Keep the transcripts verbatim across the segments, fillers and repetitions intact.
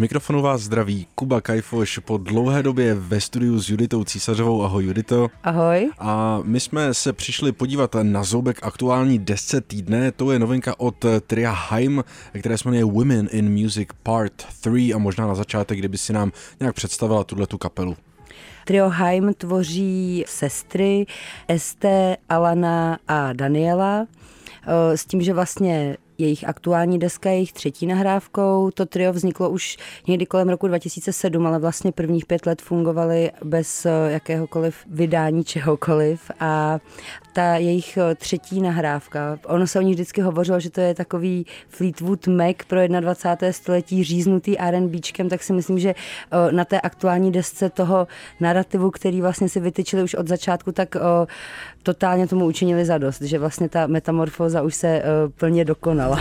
mikrofonu vás zdraví Kuba Kajfoš po dlouhé době ve studiu s Juditou Císařovou. Ahoj Judito. Ahoj. A my jsme se přišli podívat na zoubek aktuální desce týdne. To je novinka od tria Haim, které se jmenuje Women in Music Part tři a možná na začátek, kdyby si nám nějak představila tuhletu kapelu. Trio Haim tvoří sestry Esté, Alana a Daniela s tím, že vlastně jejich aktuální deska je jejich třetí nahrávkou. To trio vzniklo už někdy kolem roku dva tisíce sedm, ale vlastně prvních pět let fungovaly bez jakéhokoliv vydání čehokoliv. A ta jejich třetí nahrávka, ono se o ní vždycky hovořilo, že to je takový Fleetwood Mac pro dvacátého prvního století říznutý R and Bčkem, tak si myslím, že na té aktuální desce toho narrativu, který vlastně si vytyčili už od začátku, tak totálně tomu učinili zadost, že vlastně ta metamorfóza už se plně dokonala.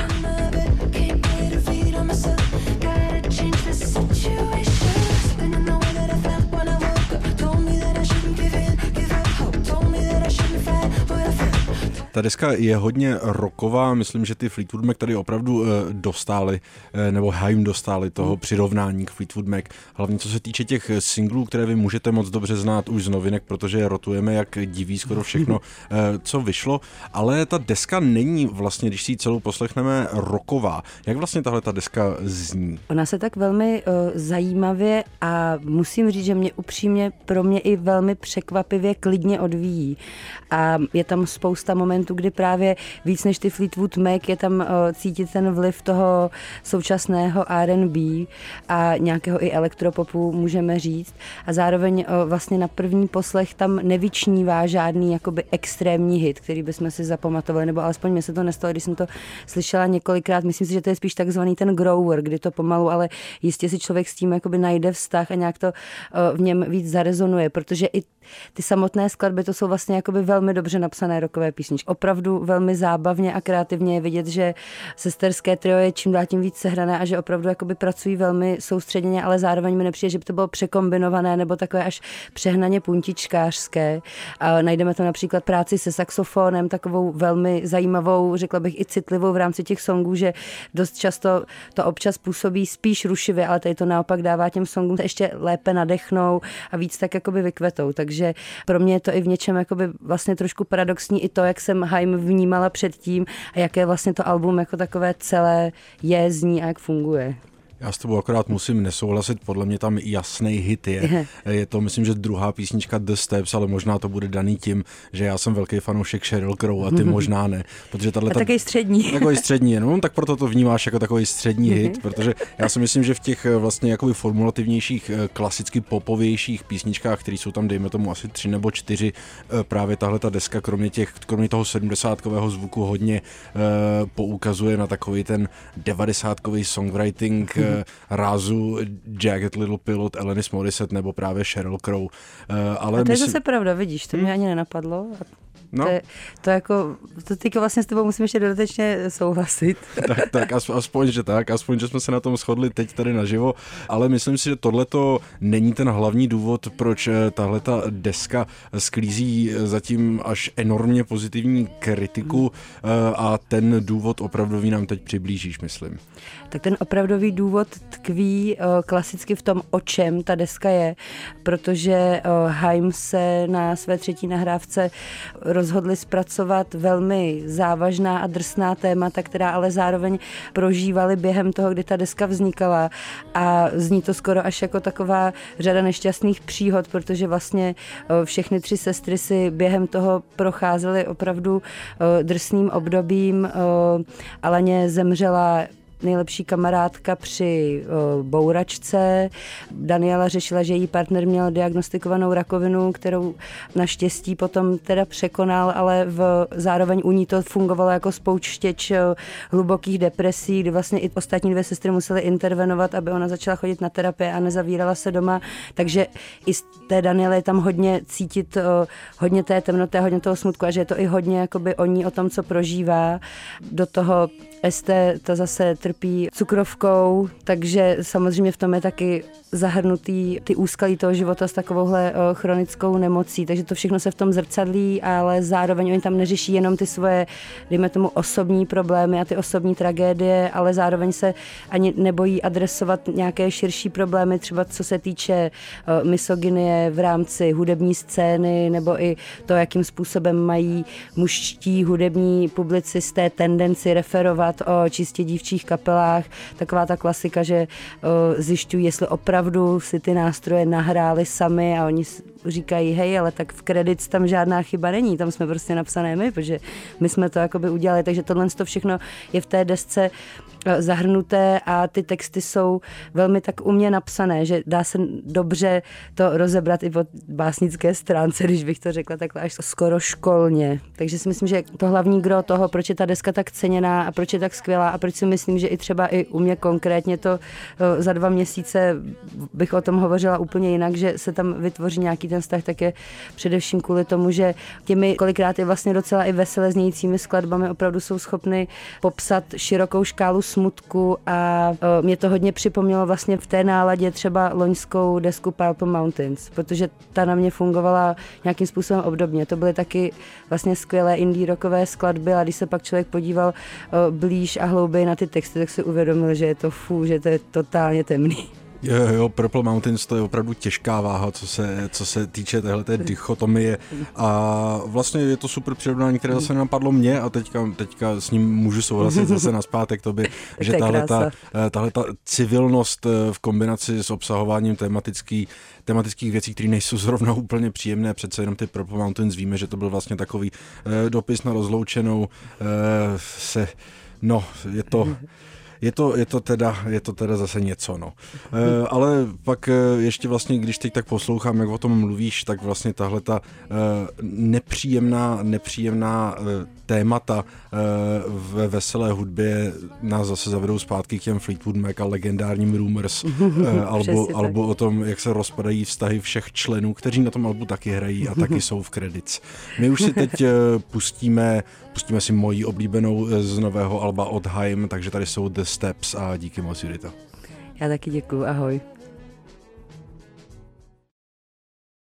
Ta deska je hodně rocková, myslím, že ty Fleetwood Mac tady opravdu e, dostály, e, nebo Haim dostály toho přirovnání k Fleetwood Mac. Hlavně co se týče těch singlů, které vy můžete moc dobře znát už z novinek, protože je rotujeme jak diví skoro všechno, e, co vyšlo. Ale ta deska není vlastně, když si ji celou poslechneme, rocková. Jak vlastně tahle ta deska zní? Ona se tak velmi uh, zajímavě a musím říct, že mě upřímně, pro mě i velmi překvapivě klidně odvíjí. A je tam spousta momentů, kdy právě víc než ty Fleetwood Mac je tam uh, cítit ten vliv toho současného R and B a nějakého i elektropopu, můžeme říct. A zároveň uh, vlastně na první poslech tam nevyčnívá žádný jakoby extrémní hit, který bychom si zapamatovali, nebo alespoň mě se to nestalo, když jsem to slyšela několikrát. Myslím si, že to je spíš takzvaný ten grower, kdy to pomalu, ale jistě si člověk s tím jakoby najde vztah a nějak to uh, v něm víc zarezonuje, protože i ty samotné skladby, to jsou vlastně jakoby velmi dobře napsané rockové písničky. Opravdu velmi zábavně a kreativně je vidět, že sesterské trio je čím dál tím víc sehrané a že opravdu jakoby pracují velmi soustředěně, ale zároveň mi nepřijde, že by to bylo překombinované nebo takové až přehnaně puntičkářské. A najdeme tam například práci se saxofonem, takovou velmi zajímavou, řekla bych i citlivou v rámci těch songů, že dost často to občas působí spíš rušivě, ale tady to naopak dává těm songům ještě lépe nadechnou a víc tak jakoby vykvetou. Takže pro mě je to i v něčem jakoby vlastně trošku paradoxní i to, jak jsem Haim vnímala předtím a jaké vlastně to album jako takové celé je, zní a jak funguje. Já s tebou akorát musím nesouhlasit, podle mě tam jasný hit je. Je to, myslím, že druhá písnička The Steps, ale možná to bude daný tím, že já jsem velký fanoušek Sheryl Crow a ty možná ne. Protože tato, a takový střední. Takový střední, no, tak proto to vnímáš jako takový střední hit, protože já si myslím, že v těch vlastně jakoby formulativnějších, klasicky popovějších písničkách, které jsou tam, dejme tomu asi tři nebo čtyři, právě tahle ta deska, kromě, těch, kromě toho sedmdesátkového zvuku hodně uh, poukazuje na takový ten devadesátkový songwriting, rázu Jagged Little Pill od Alanis Morissette nebo právě Sheryl Crow. Ale a to je myslím... zase pravda, vidíš, to mě hmm. ani nenapadlo. No. To, je, to jako, to teďka vlastně s tebou musím ještě dodatečně souhlasit. Tak, tak aspoň, že tak, aspoň, že jsme se na tom shodli teď tady naživo, ale myslím si, že tohleto není ten hlavní důvod, proč tahleta deska sklízí zatím až enormně pozitivní kritiku a ten důvod opravdový nám teď přiblížíš, myslím. Tak ten opravdový důvod tkví klasicky v tom, o čem ta deska je, protože Haim se na své třetí nahrávce rozhodli zpracovat velmi závažná a drsná témata, která ale zároveň prožívali během toho, kdy ta deska vznikala a zní to skoro až jako taková řada nešťastných příhod, protože vlastně všechny tři sestry si během toho procházely opravdu drsným obdobím. Alaně zemřela nejlepší kamarádka při o, bouračce. Daniela řešila, že její partner měl diagnostikovanou rakovinu, kterou naštěstí potom teda překonal, ale v, zároveň u ní to fungovalo jako spouštěč hlubokých depresí, kdy vlastně i ostatní dvě sestry musely intervenovat, aby ona začala chodit na terapii a nezavírala se doma. Takže i z té Daniely je tam hodně cítit o, hodně té temnoty, hodně toho smutku a že je to i hodně jakoby o ní, o tom, co prožívá. Do toho Esté, ta zase trpí cukrovkou, takže samozřejmě v tom je taky zahrnutý ty úskalí toho života s takovouhle chronickou nemocí, takže to všechno se v tom zrcadlí, ale zároveň oni tam neřeší jenom ty svoje, dejme tomu, osobní problémy a ty osobní tragédie, ale zároveň se ani nebojí adresovat nějaké širší problémy, třeba co se týče misogynie v rámci hudební scény, nebo i to, jakým způsobem mají mužští hudební publicisté tendenci referovat o čistě dívčích kapelách. Taková ta klasika, že zjišťují, jestli opravdu si ty nástroje nahráli sami a oni říkají, hej, ale tak v credits tam žádná chyba není, tam jsme prostě napsané my, protože my jsme to jakoby udělali, takže tohle to všechno je v té desce zahrnuté a ty texty jsou velmi tak umě napsané, že dá se dobře to rozebrat i po básnické stránce, když bych to řekla takhle až skoro školně. Takže si myslím, že to hlavní gro toho, proč je ta deska tak ceněná a proč je tak skvělá a proč si myslím, že i třeba i u mě konkrétně to za dva měsíce bych o tom hovořila úplně jinak, že se tam vytvoří nějaký ten vztah, tak je především kvůli tomu, že těmi kolikrát je vlastně docela i veselé znějícími skladbami opravdu jsou schopny popsat širokou škálu smutku a mě to hodně připomnělo vlastně v té náladě třeba loňskou desku Purple Mountains, protože ta na mě fungovala nějakým způsobem obdobně. To byly taky vlastně skvělé indie rockové skladby a když se pak člověk podíval blíž a hlouběji na ty texty, tak si uvědomil, že je to fů, že to je totálně temný. Jo, jo, Purple Mountains to je opravdu těžká váha, co se, co se týče téhleté dichotomie a vlastně je to super přirovnání, které zase napadlo mě a teďka, teďka s ním můžu souhlasit zase nazpátek tobě, že tahleta, tahleta civilnost v kombinaci s obsahováním tematický, tematických věcí, které nejsou zrovna úplně příjemné, přece jenom ty Purple Mountains víme, že to byl vlastně takový eh, dopis na rozloučenou eh, se, no, je to... Je to, je, to teda, je to teda zase něco, no. E, ale pak e, ještě vlastně, když teď tak poslouchám, jak o tom mluvíš, tak vlastně tahle ta e, nepříjemná, nepříjemná e, témata e, ve veselé hudbě nás zase zavedou zpátky k těm Fleetwood Mac a legendárním Rumors, e, albo, albo o tom, jak se rozpadají vztahy všech členů, kteří na tom albu taky hrají a taky jsou v credits. My už si teď e, pustíme, pustíme si moji oblíbenou z nového alba od Haim, takže tady jsou The Steps a díky moc, Judita. Já taky děkuju, ahoj.